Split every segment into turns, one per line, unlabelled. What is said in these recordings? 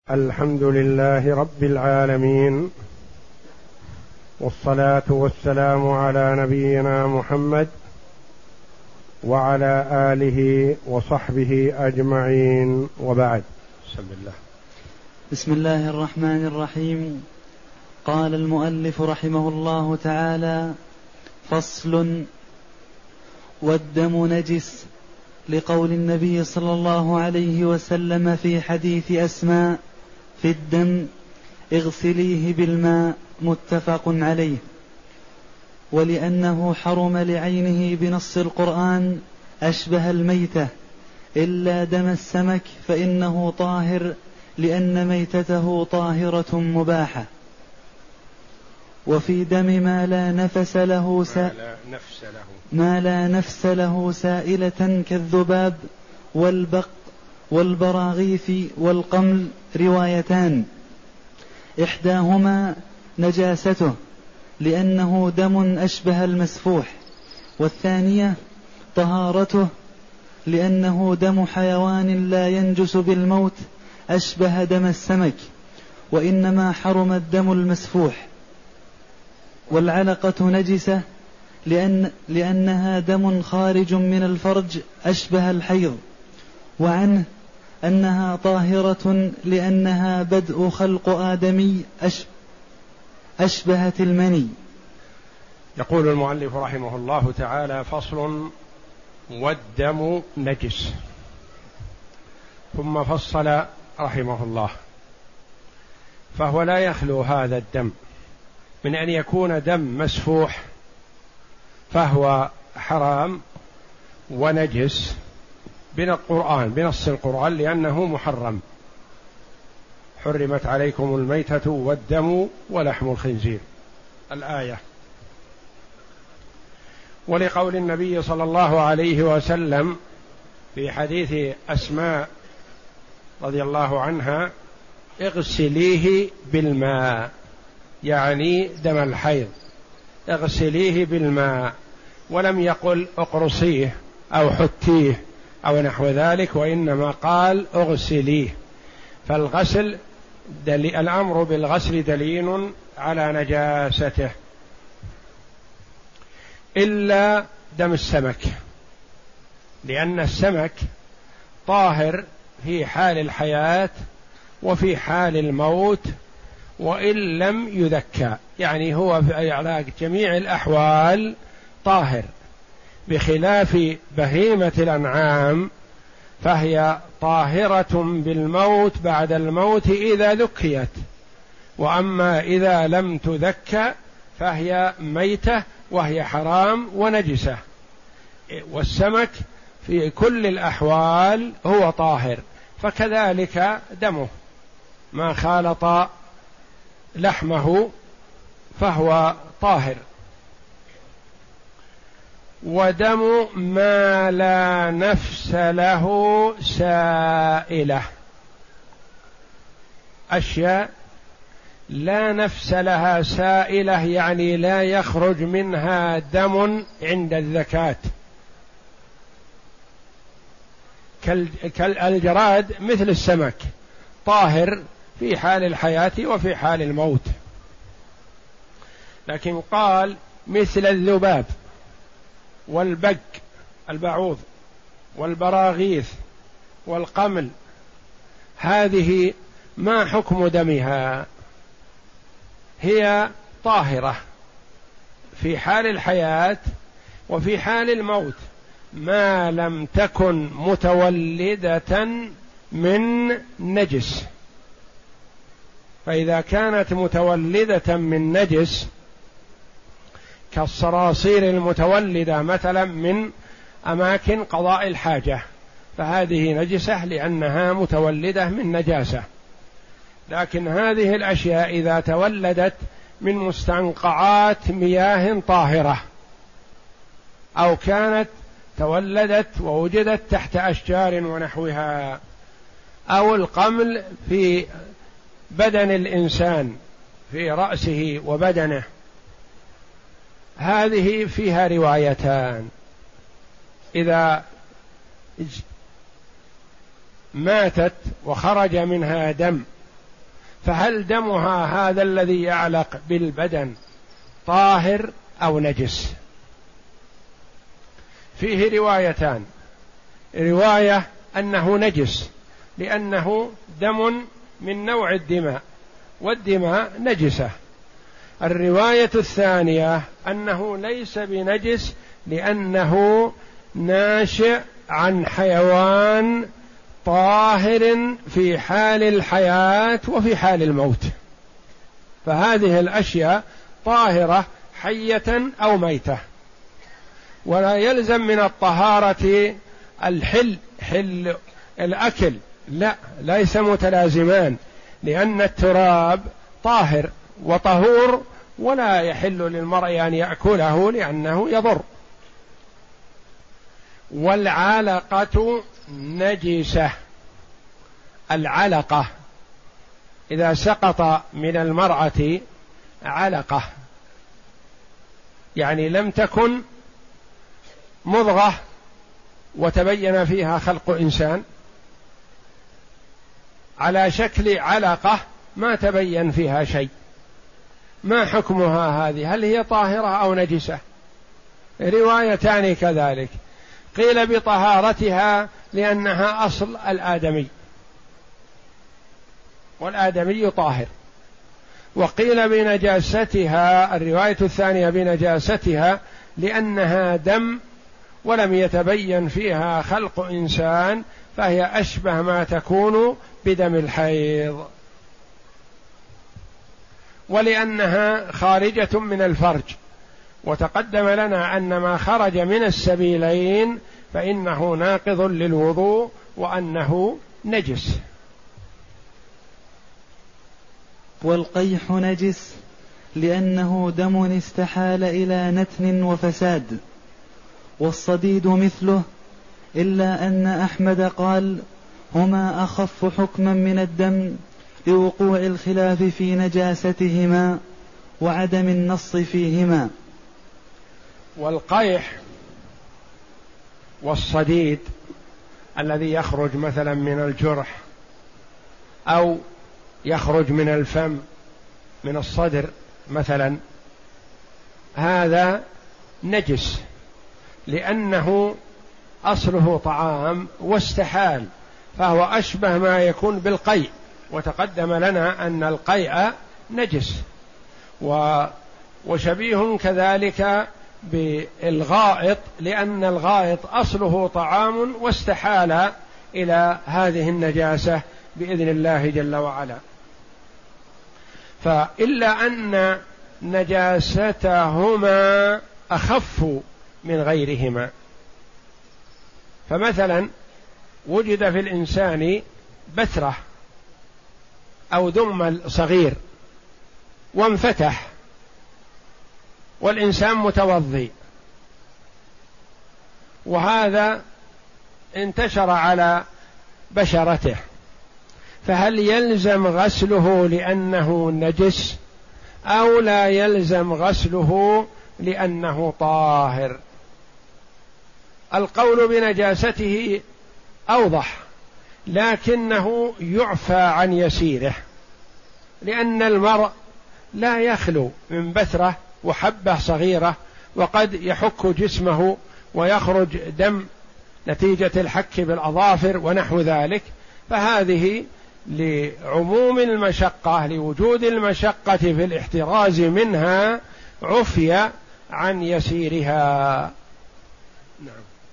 الحمد لله رب العالمين، والصلاة والسلام على نبينا محمد وعلى آله وصحبه أجمعين، وبعد.
بسم الله الرحمن الرحيم. قال المؤلف رحمه الله تعالى: فصل: والدم نجس، لقول النبي صلى الله عليه وسلم في حديث أسماء في الدم: اغسليه بالماء، متفق عليه. ولأنه حرم لعينه بنص القرآن أشبه الميتة، إلا دم السمك فإنه طاهر، لأن ميتته طاهرة مباحة. وفي دم ما لا نفس له سائلة كالذباب والبق والبراغيث والقمل روايتان: إحداهما نجاسته لأنه دم أشبه المسفوح، والثانية طهارته لأنه دم حيوان لا ينجس بالموت أشبه دم السمك، وإنما حرم الدم المسفوح. والعلقة نجسة لأنها دم خارج من الفرج أشبه الحيض، وعنه أنها طاهرة لأنها بدء خلق آدمي أشبهت المني.
يقول المؤلف رحمه الله تعالى: فصل: والدم نجس. ثم فصل رحمه الله، فهو لا يخلو هذا الدم من أن يكون دم مسفوح فهو حرام ونجس بنص القرآن، لأنه محرم: حرمت عليكم الميتة والدم ولحم الخنزير، الآية. ولقول النبي صلى الله عليه وسلم في حديث أسماء رضي الله عنها: اغسليه بالماء، يعني دم الحيض، اغسليه بالماء، ولم يقل اقرصيه أو حتيه أو نحو ذلك، وإنما قال اغسليه. فالغسل الأمر بالغسل دليل على نجاسته، إلا دم السمك، لأن السمك طاهر في حال الحياة وفي حال الموت وإن لم يذكى، يعني هو على جميع الأحوال طاهر، بخلاف بهيمة الأنعام فهي طاهرة بالموت بعد الموت إذا ذكيت، وأما إذا لم تذكى فهي ميتة وهي حرام ونجسة. والسمك في كل الأحوال هو طاهر، فكذلك دمه ما خالط لحمه فهو طاهر. ودم ما لا نفس له سائلة، أشياء لا نفس لها سائلة، يعني لا يخرج منها دم عند الذكاة، كالجراد مثل السمك، طاهر في حال الحياة وفي حال الموت. لكن قال مثل الذباب والبق البعوض والبراغيث والقمل، هذه ما حكم دمها؟ هي طاهرة في حال الحياة وفي حال الموت، ما لم تكن متولدة من نجس. فإذا كانت متولدة من نجس كالصراصير المتولدة مثلا من أماكن قضاء الحاجة، فهذه نجسة لأنها متولدة من نجاسة. لكن هذه الأشياء إذا تولدت من مستنقعات مياه طاهرة، أو كانت تولدت ووجدت تحت أشجار ونحوها، أو القمل في بدن الإنسان في رأسه وبدنه، هذه فيها روايتان: إذا ماتت وخرج منها دم فهل دمها هذا الذي يعلق بالبدن طاهر أو نجس؟ فيه روايتان، رواية أنه نجس لأنه دم من نوع الدماء والدماء نجسة، الرواية الثانية أنه ليس بنجس لأنه ناشئ عن حيوان طاهر في حال الحياة وفي حال الموت، فهذه الأشياء طاهرة حية أو ميتة، ولا يلزم من الطهارة حل الأكل، لا، ليس متلازمان، لأن التراب طاهر وطهور ولا يحل للمرء أن يأكله لأنه يضر. والعلقة نجسة، العلقة إذا سقط من المرأة علقة يعني لم تكن مضغة وتبين فيها خلق إنسان، على شكل علقة ما تبين فيها شيء، ما حكمها هذه؟ هل هي طاهرة أو نجسة؟ روايتان كذلك، قيل بطهارتها لأنها أصل الآدمي والآدمي طاهر، وقيل بنجاستها، الرواية الثانية بنجاستها لأنها دم ولم يتبين فيها خلق إنسان، فهي أشبه ما تكون بدم الحيض، ولأنها خارجة من الفرج، وتقدم لنا أن ما خرج من السبيلين فإنه ناقض للوضوء وأنه نجس.
والقيح نجس لأنه دم استحال إلى نتن وفساد، والصديد مثله، إلا أن أحمد قال هما أخف حكما من الدم لوقوع الخلاف في نجاستهما وعدم النص فيهما.
والقيح والصديد الذي يخرج مثلا من الجرح أو يخرج من الفم من الصدر مثلا، هذا نجس لأنه أصله طعام واستحال، فهو أشبه ما يكون بالقيء، وتقدم لنا أن القيء نجس، وشبيه كذلك بالغائط، لأن الغائط أصله طعام واستحال إلى هذه النجاسة بإذن الله جل وعلا. فإلا أن نجاستهما أخف من غيرهما، فمثلا وجد في الإنسان بثرة أو دم صغير وانفتح والإنسان متوضي، وهذا انتشر على بشرته، فهل يلزم غسله لأنه نجس أو لا يلزم غسله لأنه طاهر؟ القول بنجاسته أوضح، لكنه يعفى عن يسيره، لأن المرء لا يخلو من بثرة وحبة صغيرة، وقد يحك جسمه ويخرج دم نتيجة الحك بالأظافر ونحو ذلك، فهذه لعموم المشقة، لوجود المشقة في الاحتراز منها، عفي عن يسيرها. نعم.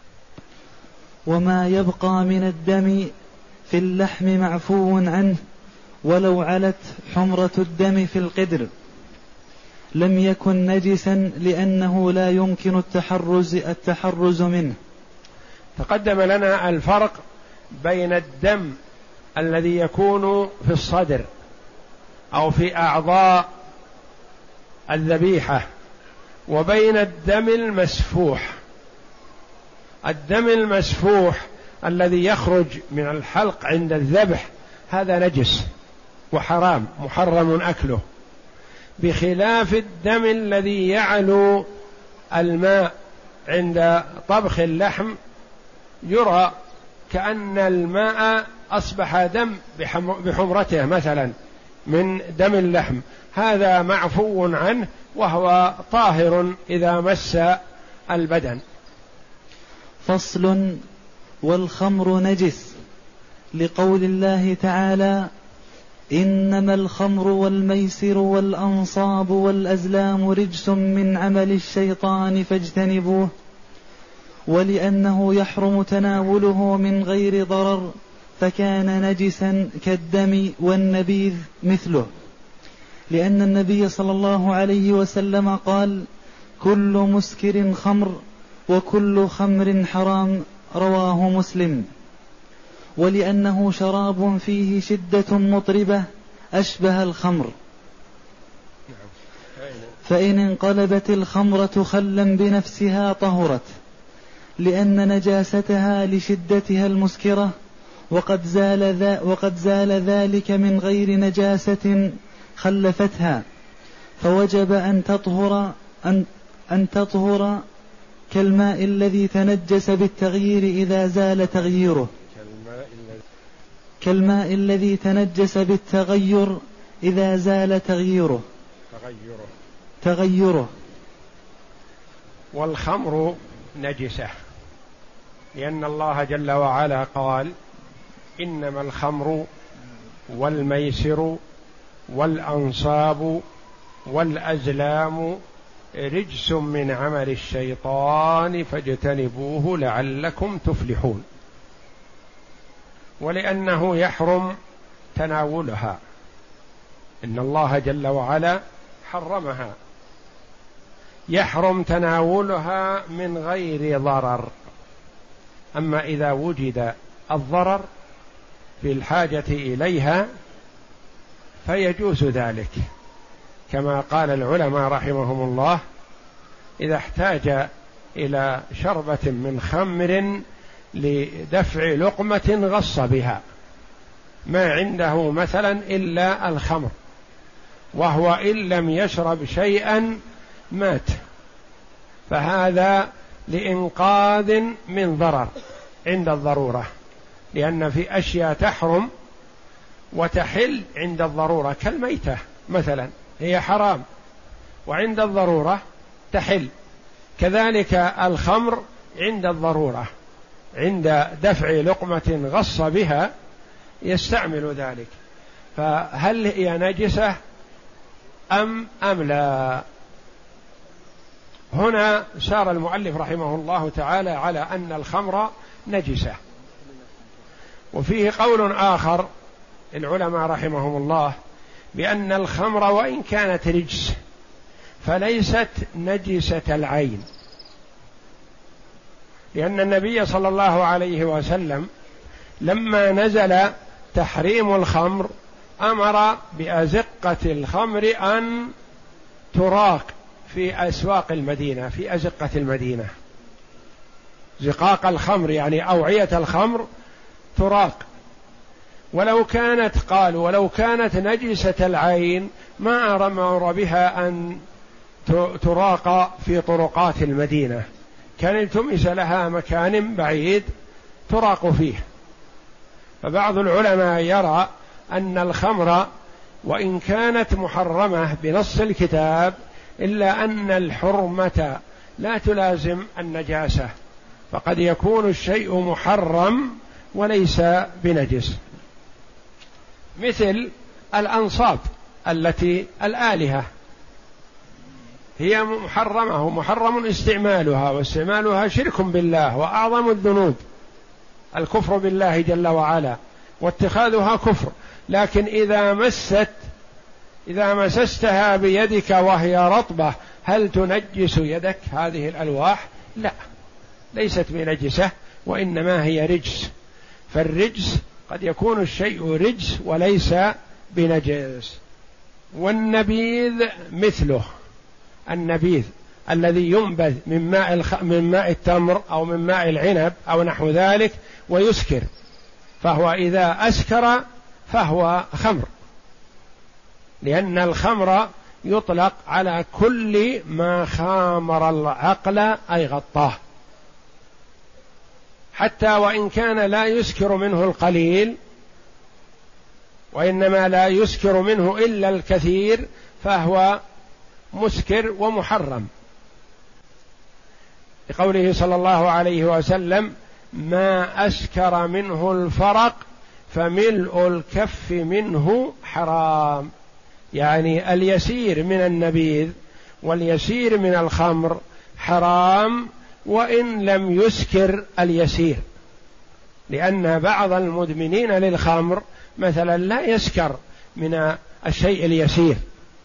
وما يبقى من الدم في اللحم معفو عنه ولو علت حمرة الدم في القدر، لم يكن نجسا لأنه لا يمكن التحرز منه.
تقدم لنا الفرق بين الدم الذي يكون في الصدر أو في أعضاء الذبيحة وبين الدم المسفوح. الدم المسفوح الذي يخرج من الحلق عند الذبح هذا نجس وحرام محرم أكله، بخلاف الدم الذي يعلو الماء عند طبخ اللحم، يرى كأن الماء أصبح دم بحمرته مثلا، من دم اللحم، هذا معفو عنه وهو طاهر إذا مس البدن.
فصل: والخمر نجس، لقول الله تعالى: إنما الخمر والميسر والأنصاب والأزلام رجس من عمل الشيطان فاجتنبوه، ولأنه يحرم تناوله من غير ضرر فكان نجسا كالدم والنبيذ مثله، لأن النبي صلى الله عليه وسلم قال: كل مسكر خمر وكل خمر حرام، رواه مسلم. ولأنه شراب فيه شدة مطربة أشبه الخمر، فإن انقلبت الخمرة خلا بنفسها طهرت، لأن نجاستها لشدتها المسكرة، وقد زال ذلك من غير نجاسة خلفتها، فوجب أن تطهر كالماء الذي تنجس بالتغيير إذا زال تغييره، كالماء الذي تنجس بالتغير إذا زال تغيره.
والخمر نجسة، لأن الله جل وعلا قال: إنما الخمر والميسر والأنصاب والأزلام رجس من عمل الشيطان فاجتنبوه لعلكم تفلحون. ولأنه يحرم تناولها، إن الله جل وعلا حرمها، يحرم تناولها من غير ضرر. أما إذا وجد الضرر في الحاجة إليها فيجوز ذلك، كما قال العلماء رحمهم الله: إذا احتاج إلى شربة من خمر لدفع لقمة غص بها، ما عنده مثلا إلا الخمر، وهو إن لم يشرب شيئا مات، فهذا لإنقاذ من ضرر عند الضرورة، لأن في أشياء تحرم وتحل عند الضرورة، كالميتة مثلا هي حرام وعند الضرورة تحل، كذلك الخمر عند الضرورة، عند دفع لقمة غص بها يستعمل ذلك. فهل هي نجسة أم لا؟ هنا سار المؤلف رحمه الله تعالى على أن الخمر نجسة. وفيه قول آخر العلماء رحمهم الله بأن الخمر وإن كانت رجس فليست نجسة العين، لأن النبي صلى الله عليه وسلم لما نزل تحريم الخمر أمر بأزقة الخمر أن تراق في أسواق المدينة، في أزقة المدينة، زقاق الخمر يعني أوعية الخمر تراق. ولو كانت نجسة العين ما أمر بها أن تراق في طرقات المدينة، كان التمس لها مكان بعيد تراق فيه. فبعض العلماء يرى أن الخمر وإن كانت محرمة بنص الكتاب إلا أن الحرمة لا تلازم النجاسة، فقد يكون الشيء محرم وليس بنجس، مثل الأنصاب التي الآلهة هي محرمة، محرم استعمالها، واستعمالها شرك بالله وأعظم الذنوب، الكفر بالله جل وعلا، واتخاذها كفر. لكن إذا مسستها بيدك وهي رطبة هل تنجس يدك هذه الألواح؟ لا، ليست بنجسة، وإنما هي رجس. فالرجس قد يكون الشيء رجس وليس بنجس. والنبيذ مثله، النبيذ الذي ينبذ من ماء التمر أو من ماء العنب أو نحو ذلك ويسكر، فهو إذا أسكر فهو خمر، لأن الخمر يطلق على كل ما خامر العقل أي غطاه، حتى وإن كان لا يسكر منه القليل وإنما لا يسكر منه إلا الكثير فهو مسكر ومحرم، لقوله صلى الله عليه وسلم: ما أسكر منه الفرق فملء الكف منه حرام. يعني اليسير من النبيذ واليسير من الخمر حرام وإن لم يسكر اليسير، لأن بعض المدمنين للخمر مثلا لا يسكر من الشيء اليسير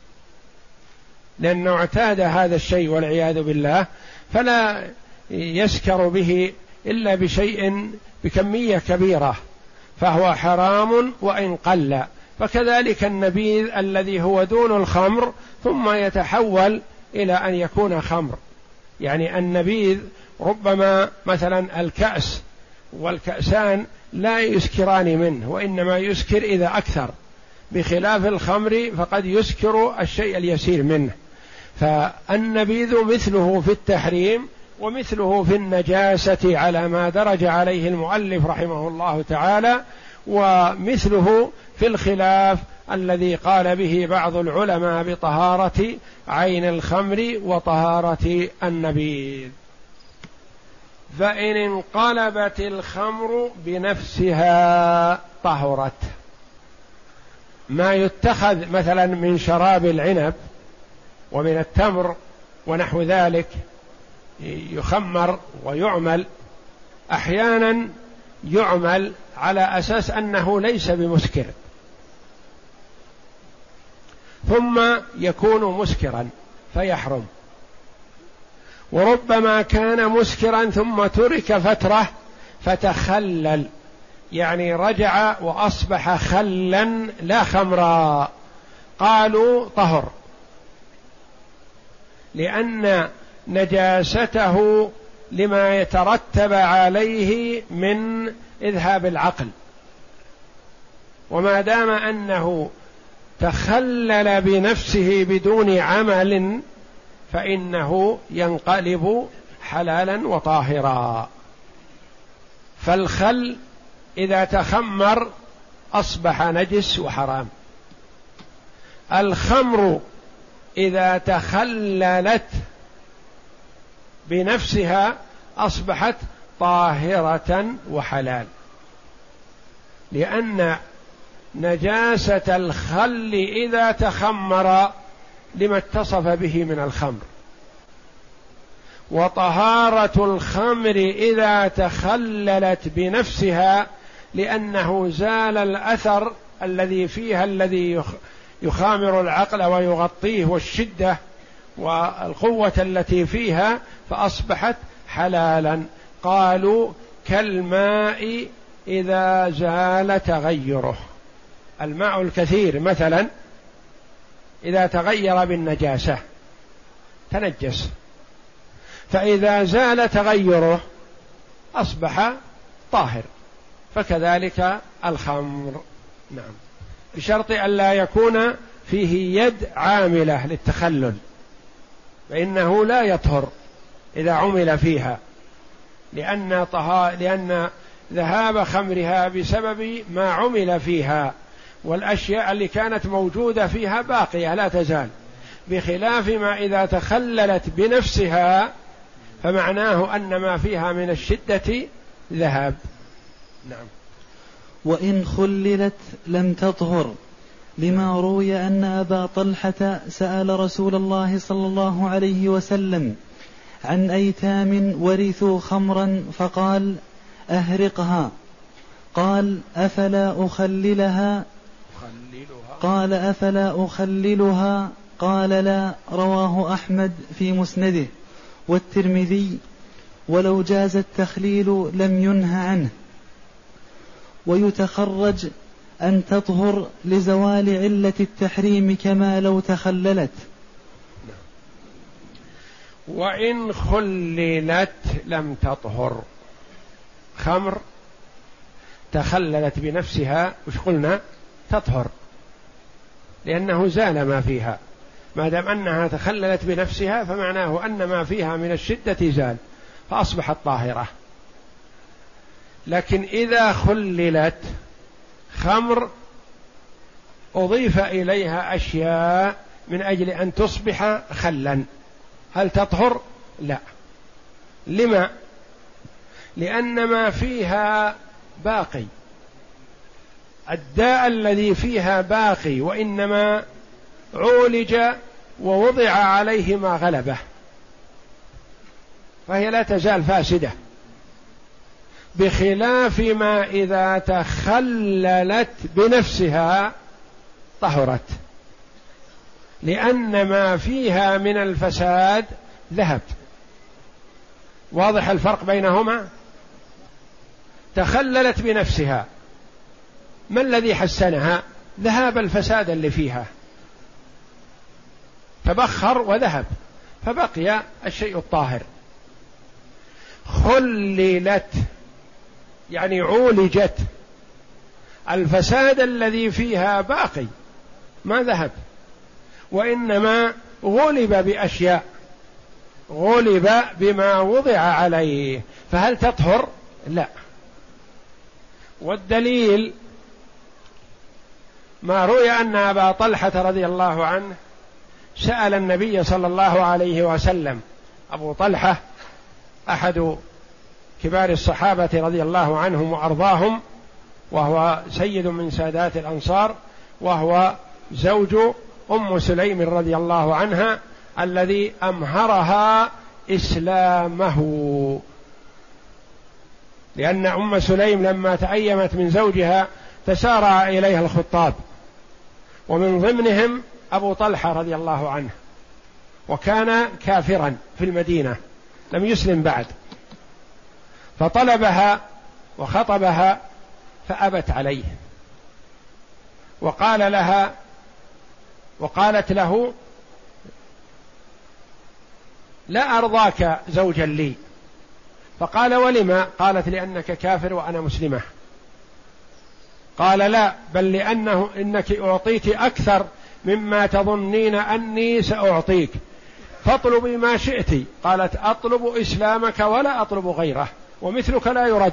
لأنه اعتاد هذا الشيء والعياذ بالله، فلا يسكر به إلا بشيء بكمية كبيرة فهو حرام وإن قل. فكذلك النبيذ الذي هو دون الخمر ثم يتحول إلى أن يكون خمر. يعني النبيذ ربما مثلا الكأس والكأسان لا يسكران منه، وإنما يسكر إذا أكثر، بخلاف الخمر فقد يسكر الشيء اليسير منه. فالنبيذ مثله في التحريم ومثله في النجاسة على ما درج عليه المؤلف رحمه الله تعالى، ومثله في الخلاف الذي قال به بعض العلماء بطهارة عين الخمر وطهارة النبيذ. فإن انقلبت الخمر بنفسها طهرت. ما يتخذ مثلا من شراب العنب ومن التمر ونحو ذلك يخمر ويعمل، أحيانا يعمل على أساس أنه ليس بمسكر ثم يكون مسكرا فيحرم، وربما كان مسكرا ثم ترك فترة فتخلل، يعني رجع وأصبح خلا لا خمرا، قالوا طهر، لأن نجاسته لما يترتب عليه من إذهاب العقل، وما دام أنه تخلل بنفسه بدون عمل فإنه ينقلب حلالا وطاهرا. فالخل إذا تخمر أصبح نجس وحرام، الخمر إذا تخللت بنفسها أصبحت طاهرة وحلال، لأن نجاسة الخل إذا تخمر لما اتصف به من الخمر، وطهارة الخمر إذا تخللت بنفسها لأنه زال الأثر الذي فيها الذي يخامر العقل ويغطيه والشدة والقوة التي فيها، فأصبحت حلالا. قالوا كالماء إذا زال تغيره، الماء الكثير مثلا إذا تغير بالنجاسة تنجس، فإذا زال تغيره أصبح طاهر، فكذلك الخمر. نعم، بشرط أن لا يكون فيه يد عاملة للتخلل، فإنه لا يطهر إذا عمل فيها، لأن ذهاب خمرها بسبب ما عمل فيها، والأشياء اللي كانت موجودة فيها باقية لا تزال، بخلاف ما إذا تخللت بنفسها فمعناه أن ما فيها من الشدة ذهب. نعم.
وإن خللت لم تطهر، لما روي أن أبا طلحة سأل رسول الله صلى الله عليه وسلم عن أيتام ورثوا خمرا فقال أهرقها، قال أفلا أخللها؟ قال أفلا أخللها؟ قال لا. رواه أحمد في مسنده والترمذي، ولو جاز التخليل لم ينه عنه. ويتخرج أن تطهر لزوال علة التحريم كما لو تخللت.
وإن خللت لم تطهر، خمر تخللت بنفسها وش قلنا؟ تطهر، لأنه زال ما فيها، ما دام أنها تخللت بنفسها فمعناه أن ما فيها من الشدة زال فأصبحت طاهرة. لكن إذا خللت خمر أضيف إليها أشياء من أجل أن تصبح خلا، هل تطهر؟ لا. لما؟ لأن ما فيها باقي، الداء الذي فيها باقي، وإنما عولج ووضع عليه ما غلبه، فهي لا تزال فاسدة، بخلاف ما إذا تخللت بنفسها طهرت، لأن ما فيها من الفساد ذهب. واضح الفرق بينهما؟ تخللت بنفسها، ما الذي حسنها؟ ذهاب الفساد اللي فيها، تبخر وذهب، فبقي الشيء الطاهر. خللت يعني عولجت، الفساد الذي فيها باقي ما ذهب، وإنما غلب بأشياء، غلب بما وضع عليه، فهل تطهر؟ لا. والدليل ما روي أن أبا طلحة رضي الله عنه سأل النبي صلى الله عليه وسلم. أبو طلحة أحد كبار الصحابة رضي الله عنهم وأرضاهم، وهو سيد من سادات الأنصار، وهو زوج أم سليم رضي الله عنها الذي أمهرها إسلامه، لأن أم سليم لما تأيمت من زوجها تسارع إليها الخطاب، ومن ضمنهم أبو طلحة رضي الله عنه، وكان كافرا في المدينة لم يسلم بعد، فطلبها وخطبها فأبت عليه، وقالت له لا أرضاك زوجا لي، فقال ولما؟ قالت لأنك كافر وأنا مسلمة. قال لا، بل لأنه إنك أعطيت أكثر مما تظنين أني سأعطيك، فاطلبي ما شئت. قالت أطلب إسلامك ولا أطلب غيره، ومثلك لا يرد.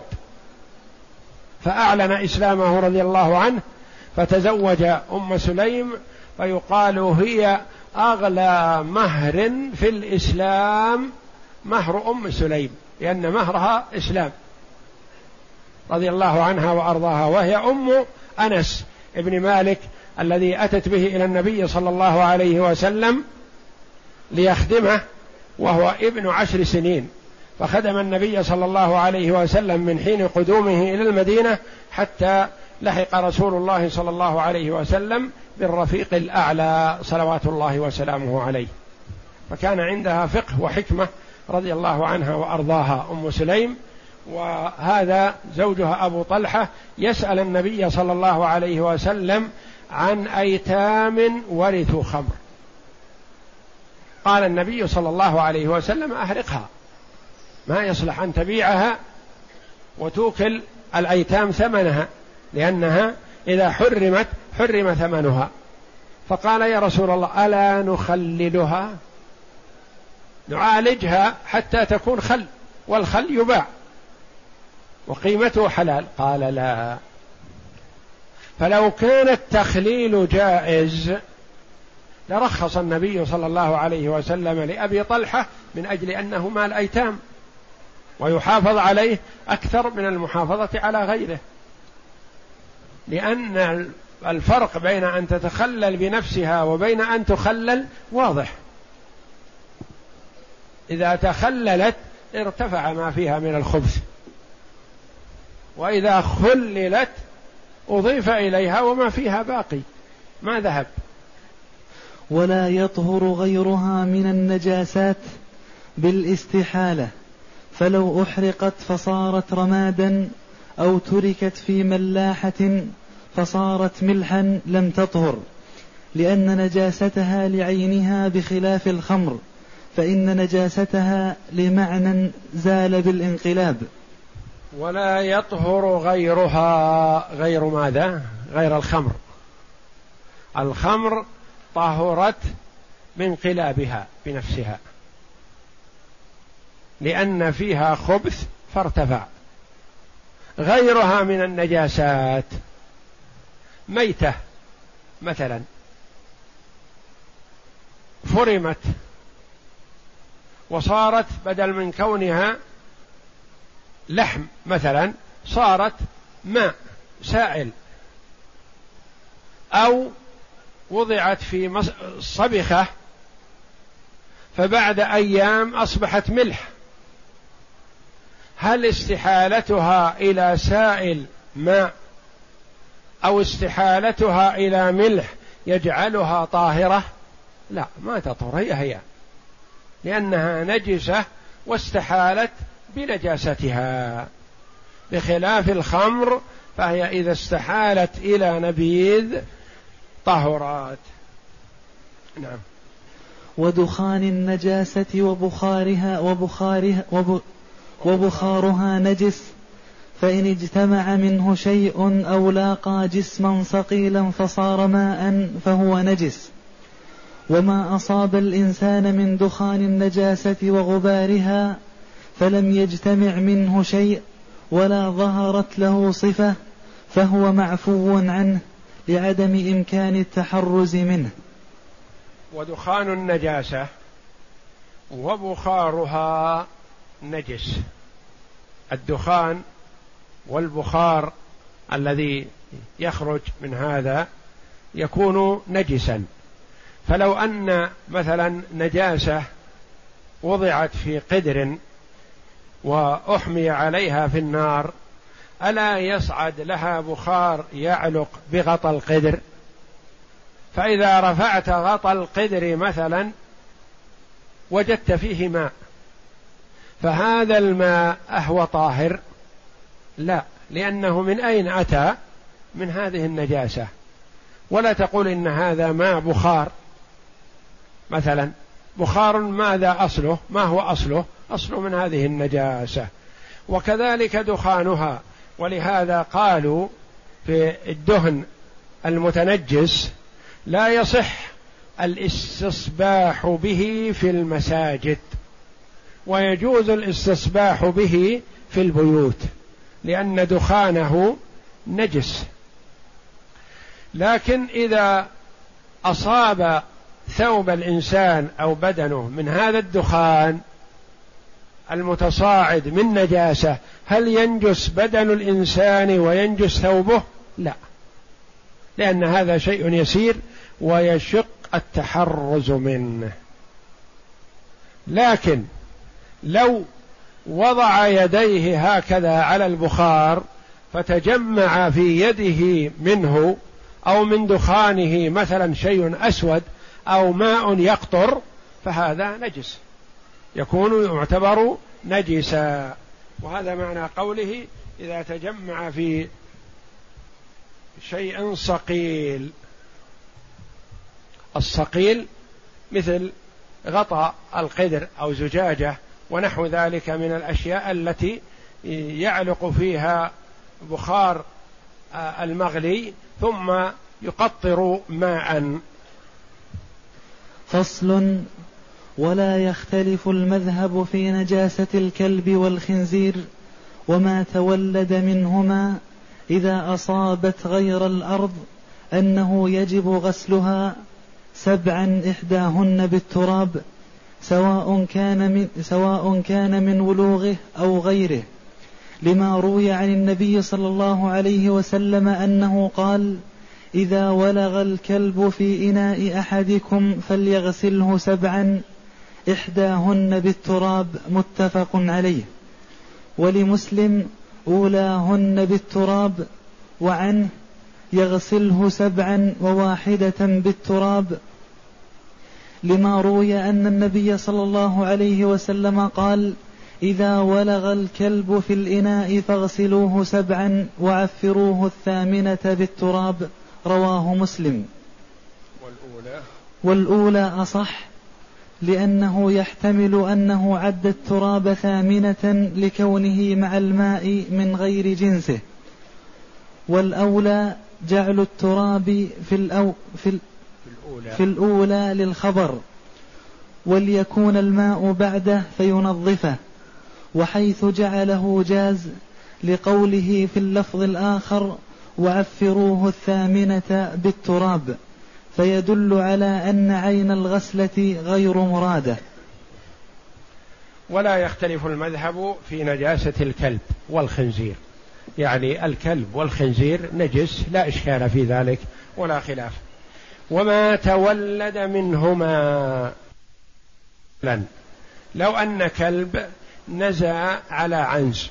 فأعلن إسلامه رضي الله عنه، فتزوج أم سليم، فيقال هي أغلى مهر في الإسلام مهر أم سليم، لأن مهرها إسلام رضي الله عنها وأرضاها، وهي أم أنس ابن مالك الذي أتت به إلى النبي صلى الله عليه وسلم ليخدمه وهو ابن 10 سنين، فخدم النبي صلى الله عليه وسلم من حين قدومه إلى المدينة حتى لحق رسول الله صلى الله عليه وسلم بالرفيق الأعلى صلوات الله وسلامه عليه، فكان عندها فقه وحكمة رضي الله عنها وأرضاها أم سليم. وهذا زوجها أبو طلحة يسأل النبي صلى الله عليه وسلم عن أيتام ورثوا خمر، قال النبي صلى الله عليه وسلم أهرقها، ما يصلح أن تبيعها وتوكل الأيتام ثمنها، لأنها إذا حرمت حرم ثمنها. فقال يا رسول الله ألا نخللها، نعالجها حتى تكون خل، والخل يباع وقيمته حلال. قال لا. فلو كان التخليل جائز لرخص النبي صلى الله عليه وسلم لأبي طلحة من أجل أنه مال أيتام ويحافظ عليه أكثر من المحافظة على غيره، لأن الفرق بين أن تتخلل بنفسها وبين أن تخلل واضح. إذا تخللت ارتفع ما فيها من الخبث، وإذا خللت أضيف إليها وما فيها باقي ما ذهب.
ولا يطهر غيرها من النجاسات بالاستحالة، فلو أحرقت فصارت رمادا أو تركت في ملاحة فصارت ملحا لم تطهر، لأن نجاستها لعينها بخلاف الخمر، فإن نجاستها لمعنى زال بالانقلاب.
ولا يطهر غيرها، غير ماذا؟ غير الخمر. الخمر طهرت بانقلابها بنفسها، لأن فيها خبث فارتفع. غيرها من النجاسات، ميتة مثلا فرمت وصارت بدل من كونها لحم مثلا صارت ماء سائل، أو وضعت في صبخة فبعد أيام أصبحت ملح، هل استحالتها إلى سائل ماء أو استحالتها إلى ملح يجعلها طاهرة؟ لا، ما تطهر، هي لأنها نجسة واستحالت بنجاستها، بخلاف الخمر فهي إذا استحالت إلى نبيذ طهرات. نعم.
ودخان النجاسة وبخارها نجس، فإن اجتمع منه شيء أو لاقى جسما ثقيلا فصار ماء فهو نجس. وما أصاب الإنسان من دخان النجاسة وغبارها فلم يجتمع منه شيء ولا ظهرت له صفة فهو معفو عنه لعدم إمكان التحرز منه.
ودخان النجاسة وبخارها نجس، الدخان والبخار الذي يخرج من هذا يكون نجسا، فلو أن مثلا نجاسة وضعت في قدر وأحمي عليها في النار، ألا يصعد لها بخار يعلق بغطى القدر؟ فإذا رفعت غطى القدر مثلا وجدت فيه ماء، فهذا الماء أهو طاهر؟ لا، لأنه من أين أتى؟ من هذه النجاسة. ولا تقول إن هذا ماء بخار مثلا، بخار ماذا أصله؟ ما هو أصله؟ أصله من هذه النجاسة. وكذلك دخانها، ولهذا قالوا في الدهن المتنجس لا يصح الاستصباح به في المساجد، ويجوز الاستصباح به في البيوت لأن دخانه نجس. لكن إذا أصاب ثوب الإنسان أو بدنه من هذا الدخان المتصاعد من نجاسة، هل ينجس بدن الإنسان وينجس ثوبه؟ لا، لأن هذا شيء يسير ويشق التحرز منه. لكن لو وضع يديه هكذا على البخار فتجمع في يده منه أو من دخانه مثلا شيء أسود أو ماء يقطر، فهذا نجس، يكون يعتبر نجسا. وهذا معنى قوله إذا تجمع في شيء صقيل. الصقيل مثل غطاء القدر أو زجاجة ونحو ذلك من الأشياء التي يعلق فيها بخار المغلي ثم يقطر ماء.
فصل. ولا يختلف المذهب في نجاسة الكلب والخنزير وما تولد منهما إذا أصابت غير الأرض أنه يجب غسلها 7 إحداهن بالتراب سواء كان من ولوغه أو غيره، لما روي عن النبي صلى الله عليه وسلم أنه قال: إذا ولغ الكلب في إناء أحدكم فليغسله 7 إحداهن بالتراب، متفق عليه. ولمسلم: أولاهن بالتراب، وعنه: يغسله 7 وواحدة بالتراب، لما روي أن النبي صلى الله عليه وسلم قال: إذا ولغ الكلب في الإناء فاغسلوه 7 وعفروه 8 بالتراب، رواه مسلم. والأولى أصح، لأنه يحتمل أنه عد التراب 8 لكونه مع الماء من غير جنسه. والأولى جعل التراب في الأولى للخبر، وليكون الماء بعده فينظفه، وحيث جعله جاز لقوله في اللفظ الآخر: وعفروه 8 بالتراب، فيدل على أن عين الغسلة غير مرادة.
ولا يختلف المذهب في نجاسة الكلب والخنزير، يعني الكلب والخنزير نجس لا إشكال في ذلك ولا خلاف. وما تولد منهما، لو أن كلب نزع على عنز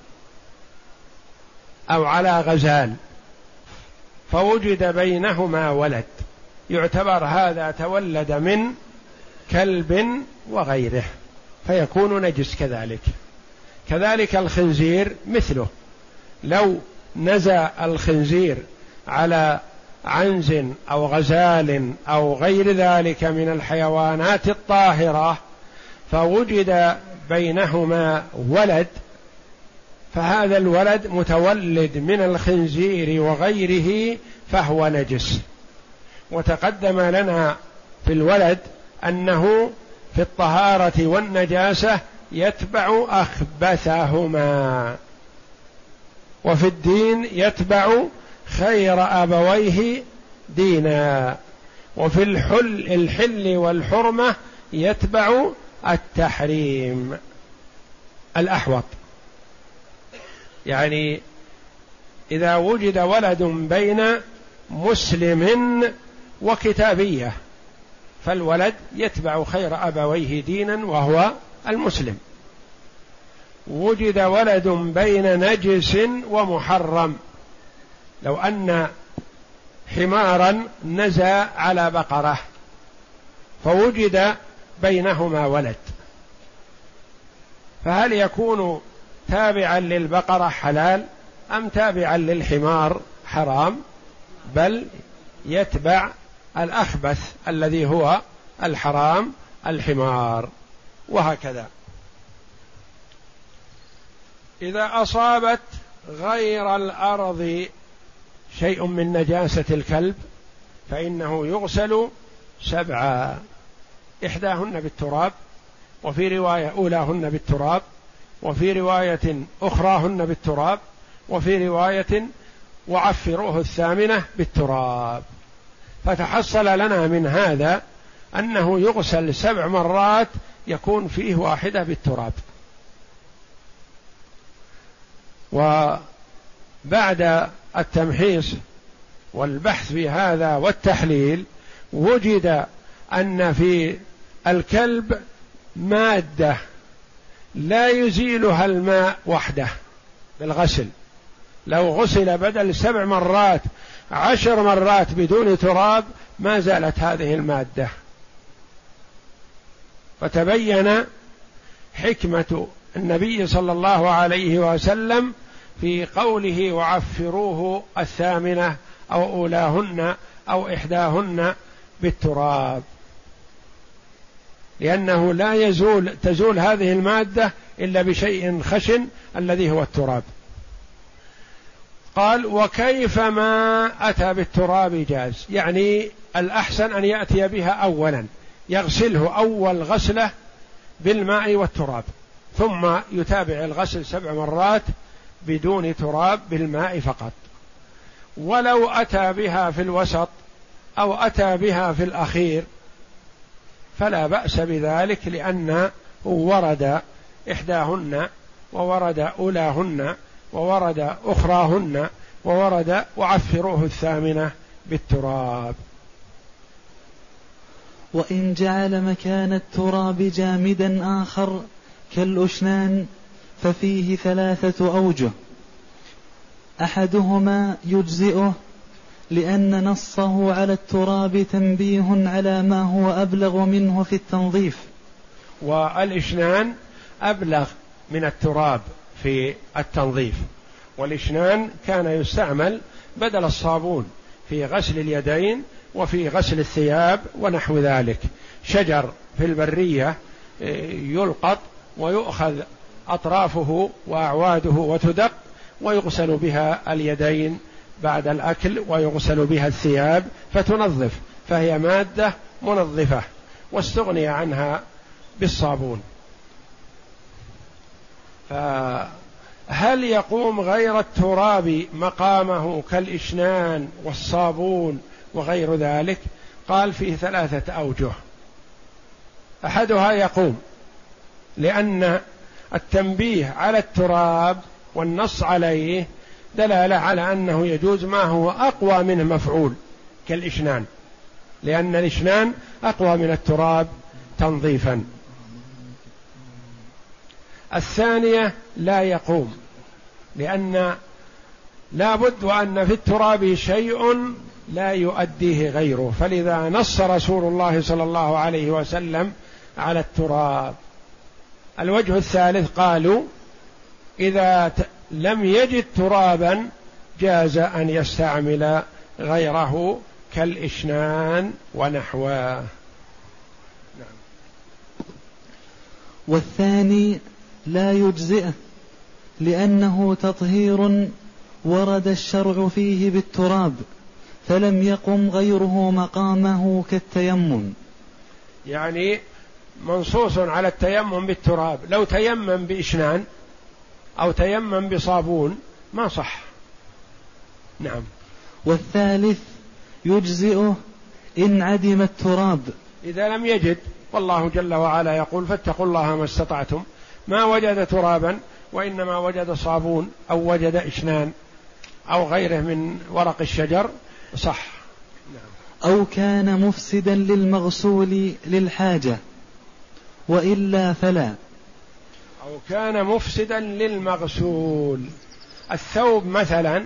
أو على غزال فوجد بينهما ولد، يعتبر هذا تولد من كلب وغيره فيكون نجس كذلك. كذلك الخنزير مثله، لو نزع الخنزير على عنز أو غزال أو غير ذلك من الحيوانات الطاهرة فوجد بينهما ولد، فهذا الولد متولد من الخنزير وغيره فهو نجس. وتقدم لنا في الولد أنه في الطهارة والنجاسة يتبع أخبثهما، وفي الدين يتبع خير أبويه دينا، وفي الحل والحرمة يتبع التحريم الأحوط. يعني إذا وجد ولد بين مسلم وكتابية فالولد يتبع خير أبويه دينا وهو المسلم. وجد ولد بين نجس ومحرم، لو أن حمارا نزى على بقرة فوجد بينهما ولد، فهل يكون تابعا للبقرة حلال أم تابعا للحمار حرام؟ بل يتبع الأخبث الذي هو الحرام الحمار. وهكذا إذا أصابت غير الأرض شيء من نجاسة الكلب فإنه يغسل 7، إحداهن بالتراب، وفي رواية أولاهن بالتراب، وفي رواية أخراهن بالتراب، وفي رواية وعفروه 8 بالتراب. فتحصل لنا من هذا أنه يغسل 7 مرات يكون فيه 1 بالتراب. وبعد التمحيص والبحث في هذا والتحليل وجد أن في الكلب مادة لا يزيلها الماء وحده بالغسل، لو غسل بدل 7 مرات 10 مرات بدون تراب ما زالت هذه المادة. فتبين حكمة النبي صلى الله عليه وسلم في قوله وعفروه 8 أو أولاهن أو إحداهن بالتراب، لأنه لا تزول هذه المادة إلا بشيء خشن الذي هو التراب. قال وكيف ما أتى بالتراب جاز، يعني الأحسن أن يأتي بها أولا، يغسله أول غسلة بالماء والتراب، ثم يتابع الغسل 7 مرات بدون تراب بالماء فقط. ولو أتى بها في الوسط أو أتى بها في الأخير فلا بأس بذلك، لأن ورد إحداهن وورد أولاهن وورد أخراهن وورد وعفروه 8 بالتراب.
وإن جعل مكان التراب جامدا آخر كالأشنان ففيه 3 أوجه، أحدهما يجزئه لأن نصه على التراب تنبيه على ما هو أبلغ منه في التنظيف.
والإشنان أبلغ من التراب في التنظيف، والإشنان كان يستعمل بدل الصابون في غسل اليدين وفي غسل الثياب ونحو ذلك. شجر في البرية يلقط ويؤخذ أطرافه وأعواده وتدق ويغسل بها اليدين بعد الأكل ويغسل بها الثياب فتنظف، فهي مادة منظفة واستغني عنها بالصابون. فهل يقوم غير التراب مقامه كالإشنان والصابون وغير ذلك؟ قال فيه 3 أوجه. أحدها يقوم، لأن التنبيه على التراب والنص عليه دلالة على أنه يجوز ما هو أقوى منه مفعول كالإشنان، لأن الإشنان أقوى من التراب تنظيفا. الثانية لا يقوم، لأن لا بد وأن في التراب شيء لا يؤديه غيره، فلذا نص رسول الله صلى الله عليه وسلم على التراب. الوجه الثالث قالوا إذا لم يجد ترابا جاز أن يستعمل غيره كالإشنان ونحوه. نعم.
والثاني لا يجزئه لأنه تطهير ورد الشرع فيه بالتراب، فلم يقم غيره مقامه كالتيمم.
يعني منصوص على التيمم بالتراب، لو تيمم بإشنان أو تيمم بصابون ما صح. نعم.
والثالث يجزئه إن عدم التراب
إذا لم يجد، والله جل وعلا يقول فاتقوا الله ما استطعتم، ما وجد ترابا وإنما وجد صابون أو وجد إشنان أو غيره من ورق الشجر صح. نعم.
أو كان مفسدا للمغسول للحاجة وإلا فلا.
أو كان مفسدا للمغسول، الثوب مثلا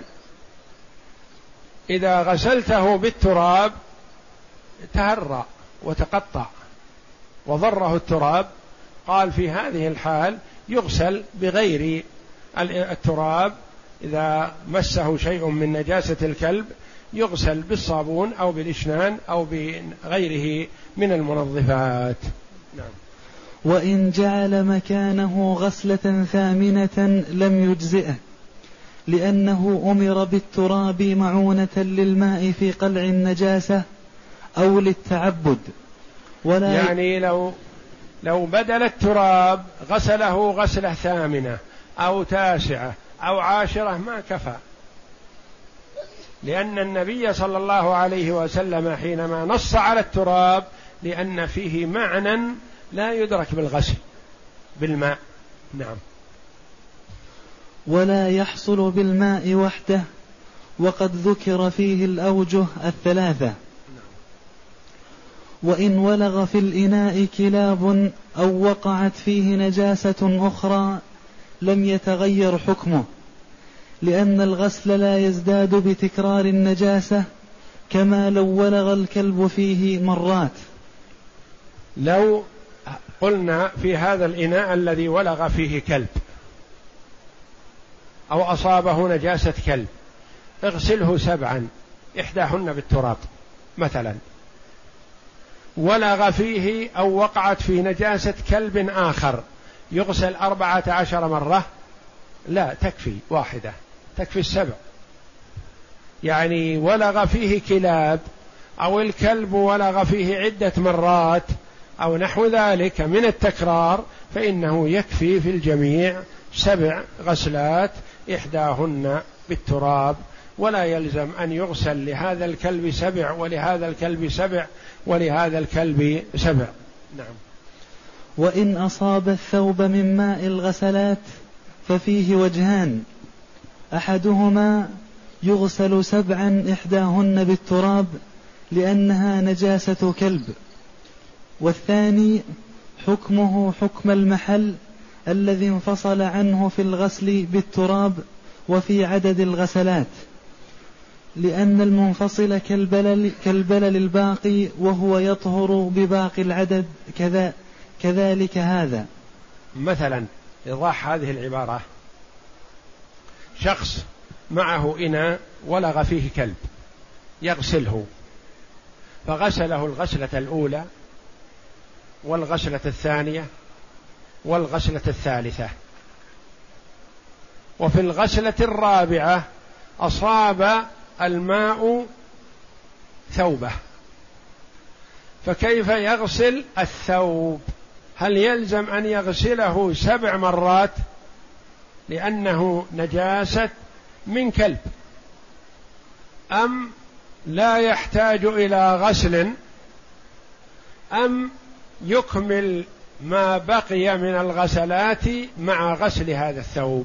إذا غسلته بالتراب تهرى وتقطع وضره التراب، قال في هذه الحال يغسل بغير التراب، إذا مسه شيء من نجاسة الكلب يغسل بالصابون أو بالإشنان أو بغيره من المنظفات. نعم.
وإن جعل مكانه غسلة ثامنة لم يجزئه، لأنه أمر بالتراب معونة للماء في قلع النجاسة أو للتعبد. ولا
يعني لو بدل التراب غسله غسلة ثامنة أو تاسعة أو عاشرة ما كفى، لأن النبي صلى الله عليه وسلم حينما نص على التراب لأن فيه معنى لا يدرك بالغسل بالماء. نعم.
ولا يحصل بالماء وحده، وقد ذكر فيه الأوجه 3. وإن ولغ في الإناء كلاب أو وقعت فيه نجاسة أخرى لم يتغير حكمه، لأن الغسل لا يزداد بتكرار النجاسة كما لو ولغ الكلب فيه مرات.
لو قلنا في هذا الإناء الذي ولغ فيه كلب أو أصابه نجاسة كلب اغسله 7 إحداهن بالتراب مثلا، ولغ فيه أو وقعت في نجاسة كلب آخر يغسل 14 مرة؟ لا، تكفي 1، تكفي 7. يعني ولغ فيه كلاب أو الكلب ولغ فيه عدة مرات أو نحو ذلك من التكرار، فإنه يكفي في الجميع 7 غسلات إحداهن بالتراب، ولا يلزم أن يغسل لهذا الكلب 7 ولهذا الكلب 7 ولهذا الكلب 7. نعم.
وإن أصاب الثوب من ماء الغسلات ففيه وجهان، أحدهما يغسل 7 إحداهن بالتراب لأنها نجاسة كلب، والثاني حكمه حكم المحل الذي انفصل عنه في الغسل بالتراب وفي عدد الغسلات، لأن المنفصل كالبلل الباقي وهو يطهر بباقي العدد كذلك هذا.
مثلا إيضاح هذه العبارة: شخص معه إناء ولغ فيه كلب يغسله، فغسله الغسلة الأولى والغسلة الثانية والغسلة الثالثة، وفي الغسلة الرابعة أصاب الماء ثوبه، فكيف يغسل الثوب؟ هل يلزم أن يغسله 7 مرات لأنه نجاسة من كلب، أم لا يحتاج إلى غسل أم يكمل ما بقي من الغسلات مع غسل هذا الثوب؟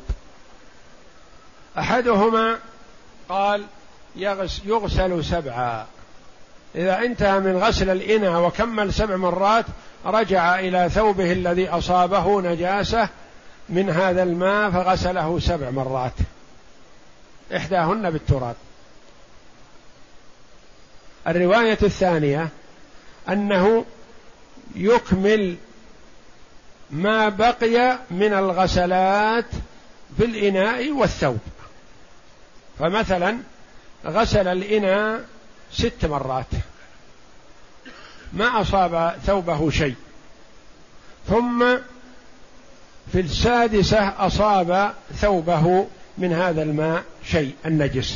أحدهما قال يغسل 7، إذا انتهى من غسل الإناء وكمل 7 مرات رجع إلى ثوبه الذي أصابه نجاسة من هذا الماء فغسله 7 مرات إحداهن بالتراب. الرواية الثانية أنه يكمل ما بقي من الغسلات في الإناء والثوب، فمثلا غسل الإناء 6 مرات ما أصاب ثوبه شيء، ثم في 6 أصاب ثوبه من هذا الماء شيء النجس،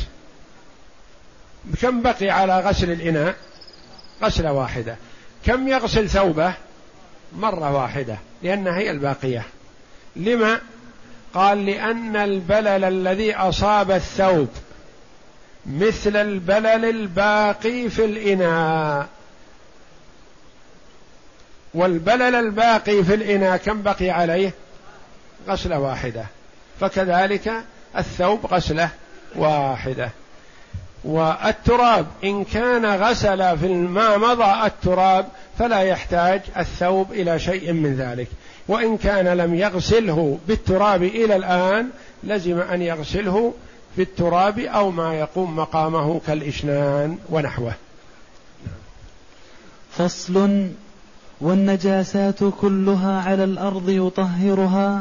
كم بقي على غسل الإناء؟ غسلة واحدة. كم يغسل ثوبه؟ مرة واحدة، لأنها هي الباقية. لما؟ قال لأن البلل الذي أصاب الثوب مثل البلل الباقي في الإناء، والبلل الباقي في الإناء كم بقي عليه؟ غسلة واحدة، فكذلك الثوب غسلة واحدة. والتراب إن كان غسل في الماء مضى التراب فلا يحتاج الثوب إلى شيء من ذلك، وإن كان لم يغسله بالتراب إلى الآن لزم أن يغسله بالتراب أو ما يقوم مقامه كالإشنان ونحوه.
فصل: والنجاسات كلها على الأرض يطهرها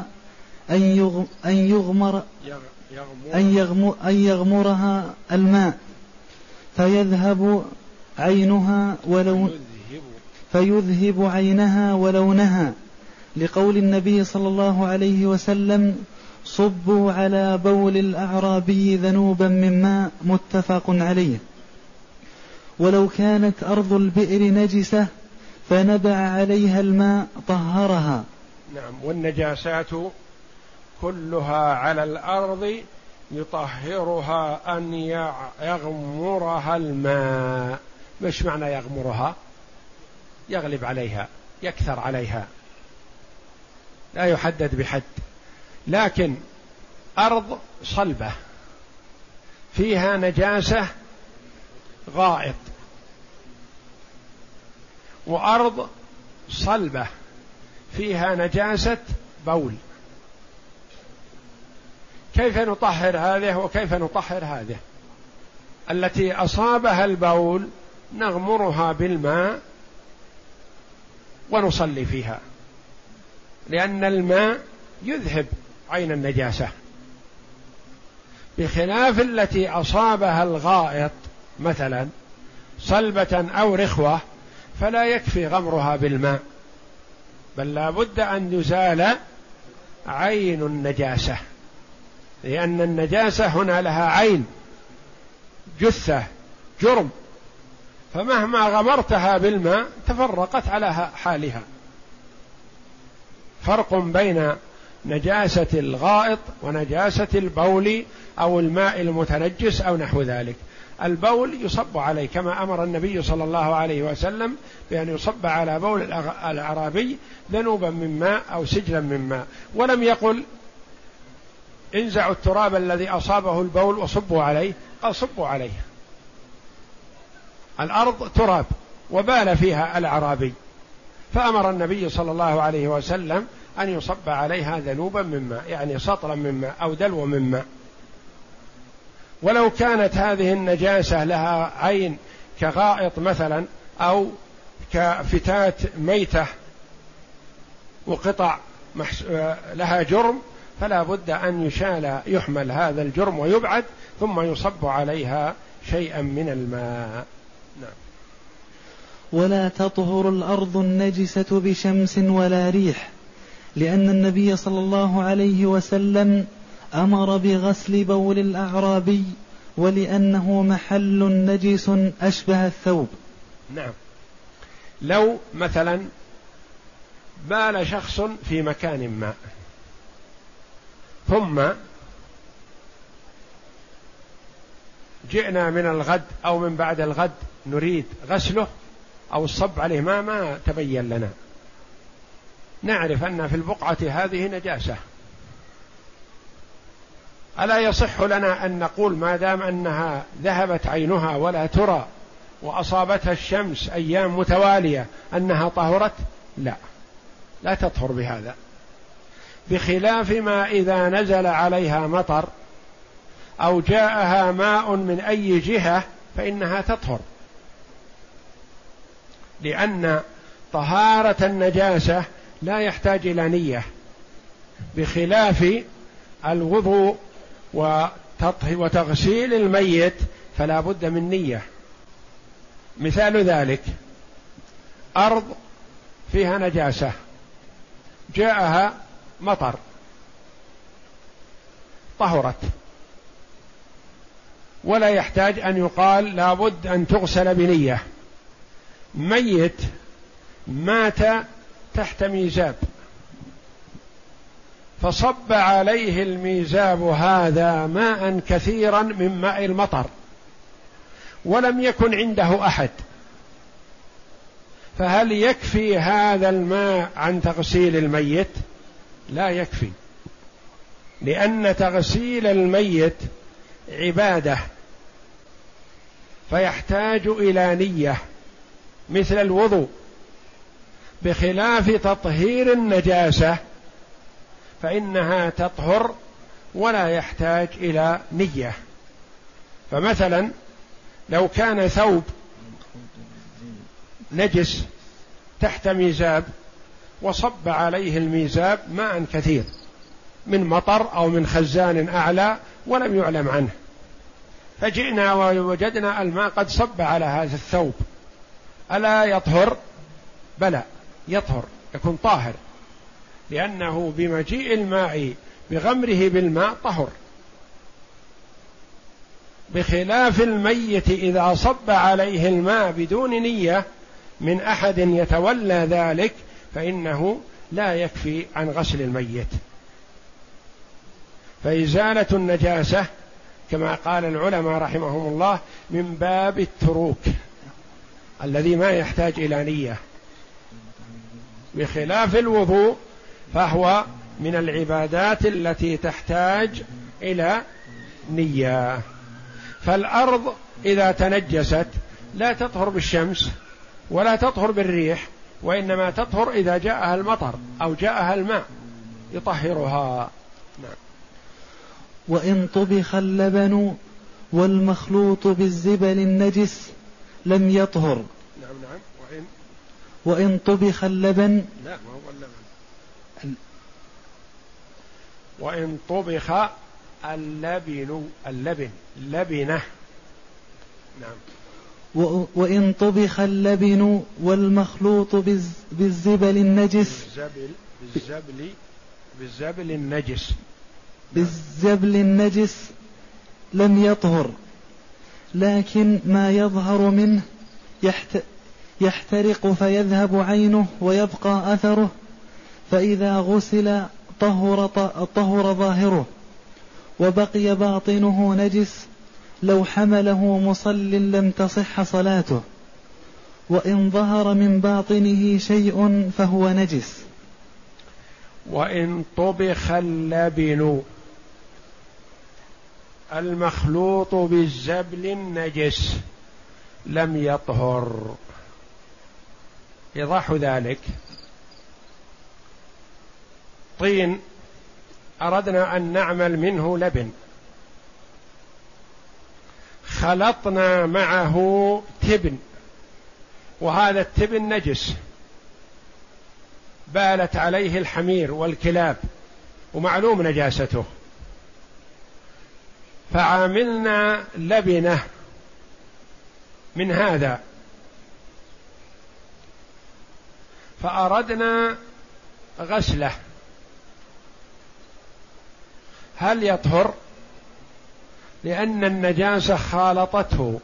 أن يغمرها الماء فيذهب عينها ولونها، لقول النبي صلى الله عليه وسلم: صبوا على بول الأعرابي ذنوبا من ماء، متفق عليه. ولو كانت أرض البئر نجسة فنبع عليها الماء طهرها.
نعم. والنجاسات كلها على الأرض يطهرها أن يغمرها الماء. مش معنى يغمرها؟ يغلب عليها، يكثر عليها، لا يحدد بحد. لكن أرض صلبة فيها نجاسة غائط، وأرض صلبة فيها نجاسة بول، كيف نطهر هذه وكيف نطهر هذه؟ التي أصابها البول نغمرها بالماء ونصلي فيها، لأن الماء يذهب عين النجاسة، بخلاف التي أصابها الغائط مثلا صلبة أو رخوة فلا يكفي غمرها بالماء، بل لا بد أن يزال عين النجاسة، لأن النجاسة هنا لها عين، جثة، جرم، فمهما غمرتها بالماء تفرقت على حالها. فرق بين نجاسة الغائط ونجاسة البول أو الماء المتنجس أو نحو ذلك. البول يصب عليه كما أمر النبي صلى الله عليه وسلم بأن يصب على بول الأعرابي ذنوبا من ماء أو سجلا من ماء، ولم يقل انزعوا التراب الذي أصابه البول وصبوا عليه، قال صبوا عليه. الأرض تراب وبال فيها الأعرابي، فأمر النبي صلى الله عليه وسلم أن يصب عليها ذنوبا من ماء، يعني سطلا من ماء أو دلو من ماء. ولو كانت هذه النجاسة لها عين كغائط مثلا أو كفتات ميتة وقطع لها جرم، فلا بد أن يحمل هذا الجرم ويبعد ثم يصب عليها شيئا من الماء. نعم.
ولا تطهر الأرض النجسة بشمس ولا ريح، لأن النبي صلى الله عليه وسلم أمر بغسل بول الأعرابي، ولأنه محل نجس أشبه الثوب.
نعم. لو مثلا بال شخص في مكان ما ثم جئنا من الغد أو من بعد الغد نريد غسله، أو الصب عليه ما تبين لنا، نعرف أن في البقعة هذه نجاسة، ألا يصح لنا أن نقول ما دام أنها ذهبت عينها ولا ترى وأصابتها الشمس أيام متوالية أنها طهرت؟ لا تطهر بهذا، بخلاف ما إذا نزل عليها مطر أو جاءها ماء من أي جهة فإنها تطهر، لأن طهارة النجاسة لا يحتاج إلى نية، بخلاف الوضوء وتغسيل الميت فلا بد من نية. مثال ذلك أرض فيها نجاسة جاءها مطر طهرت، ولا يحتاج أن يقال لا بد أن تغسل بنية. ميت مات تحت ميزاب فصب عليه الميزاب هذا ماء كثيرا من ماء المطر ولم يكن عنده أحد، فهل يكفي هذا الماء عن تغسيل الميت؟ لا يكفي، لأن تغسيل الميت عبادة فيحتاج إلى نية مثل الوضوء، بخلاف تطهير النجاسة فإنها تطهر ولا يحتاج إلى نية. فمثلا لو كان ثوب نجس تحت ميزاب وصب عليه الميزاب ماء كثير من مطر أو من خزان أعلى ولم يعلم عنه، فجئنا ووجدنا الماء قد صب على هذا الثوب، ألا يطهر؟ بلى يطهر، يكون طاهر، لأنه بمجيء الماء بغمره بالماء طهر، بخلاف الميت إذا صب عليه الماء بدون نية من أحد يتولى ذلك فإنه لا يكفي عن غسل الميت. فإزالة النجاسة كما قال العلماء رحمهم الله من باب التروك الذي ما يحتاج إلى نية، بخلاف الوضوء فهو من العبادات التي تحتاج إلى نية. فالأرض إذا تنجست لا تطهر بالشمس ولا تطهر بالريح، وإنما تطهر إذا جاءها المطر أو جاءها الماء يطهرها. نعم.
وإن طبخ اللبن والمخلوط بالزبل النجس لم يطهر.
نعم.
وإن طبخ اللبن،
لا ما هو وإن طبخ اللبنة. نعم.
وإن طبخ اللبن والمخلوط بالزبل النجس بالزبل النجس لم يطهر، لكن ما يظهر منه يحترق فيذهب عينه ويبقى أثره، فإذا غسل طهر ظاهره وبقي باطنه نجس، لو حمله مصل لم تصح صلاته، وإن ظهر من باطنه شيء فهو نجس.
وإن طبخ اللبن المخلوط بالزبل النجس لم يطهر. إيضاح ذلك: طين أردنا أن نعمل منه لبن، خلطنا معه تبن، وهذا التبن نجس بالت عليه الحمير والكلاب ومعلوم نجاسته، فعاملنا لبنة من هذا فأردنا غسله، هل يطهر؟ لأن النجاسة خالطته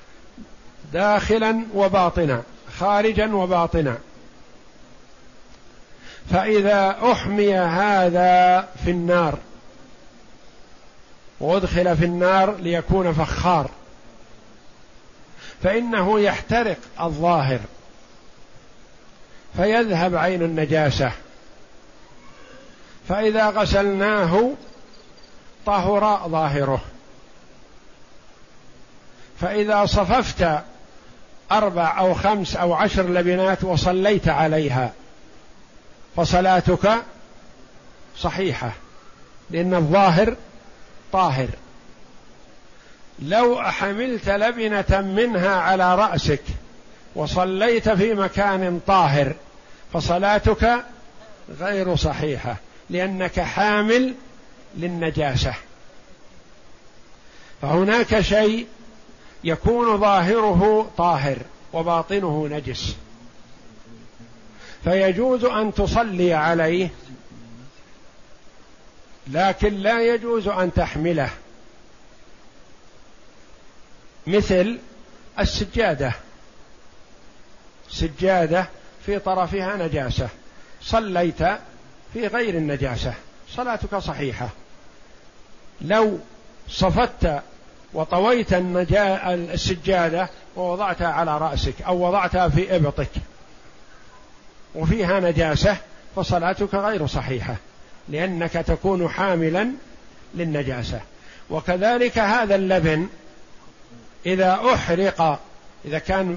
داخلا وباطنا، خارجا وباطنا، فإذا أحمي هذا في النار وأدخل في النار ليكون فخار فإنه يحترق الظاهر فيذهب عين النجاسة، فإذا غسلناه طهر ظاهره. فإذا صففت 4 أو 5 أو 10 لبنات وصليت عليها فصلاتك صحيحة، لأن الظاهر طاهر. لو حملت لبنة منها على رأسك وصليت في مكان طاهر فصلاتك غير صحيحة، لأنك حامل للنجاسة. فهناك شيء يكون ظاهره طاهر وباطنه نجس، فيجوز أن تصلي عليه، لكن لا يجوز أن تحمله، مثل السجادة. سجادة في طرفها نجاسة، صليت في غير النجاسة، صلاتك صحيحة. لو صفدت وطويت السجادة ووضعتها على رأسك أو وضعتها في إبطك وفيها نجاسة فصلاتك غير صحيحة، لأنك تكون حاملا للنجاسة. وكذلك هذا اللبن إذا أحرق، إذا كان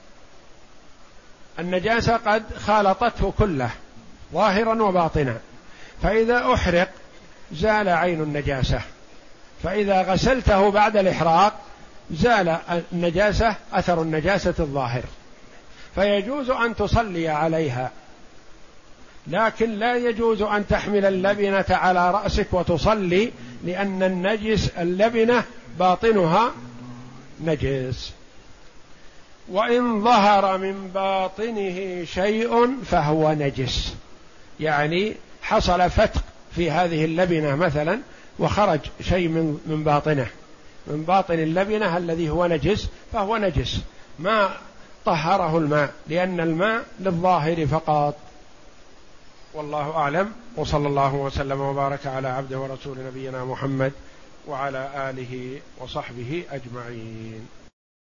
النجاسة قد خالطته كله ظاهرا وباطنا، فإذا أحرق زال عين النجاسة، فإذا غسلته بعد الإحراق زال النجاسة، أثر النجاسة الظاهر، فيجوز أن تصلي عليها، لكن لا يجوز أن تحمل اللبنة على رأسك وتصلي، لأن النجس اللبنة باطنها نجس. وإن ظهر من باطنه شيء فهو نجس، يعني حصل فتق في هذه اللبنة مثلا وخرج شيء من باطنه، من باطن اللبنة الذي هو نجس، فهو نجس ما طهره الماء، لأن الماء للظاهر فقط. والله أعلم، وصلى الله وسلم وبارك على عبده ورسول نبينا محمد وعلى آله وصحبه أجمعين.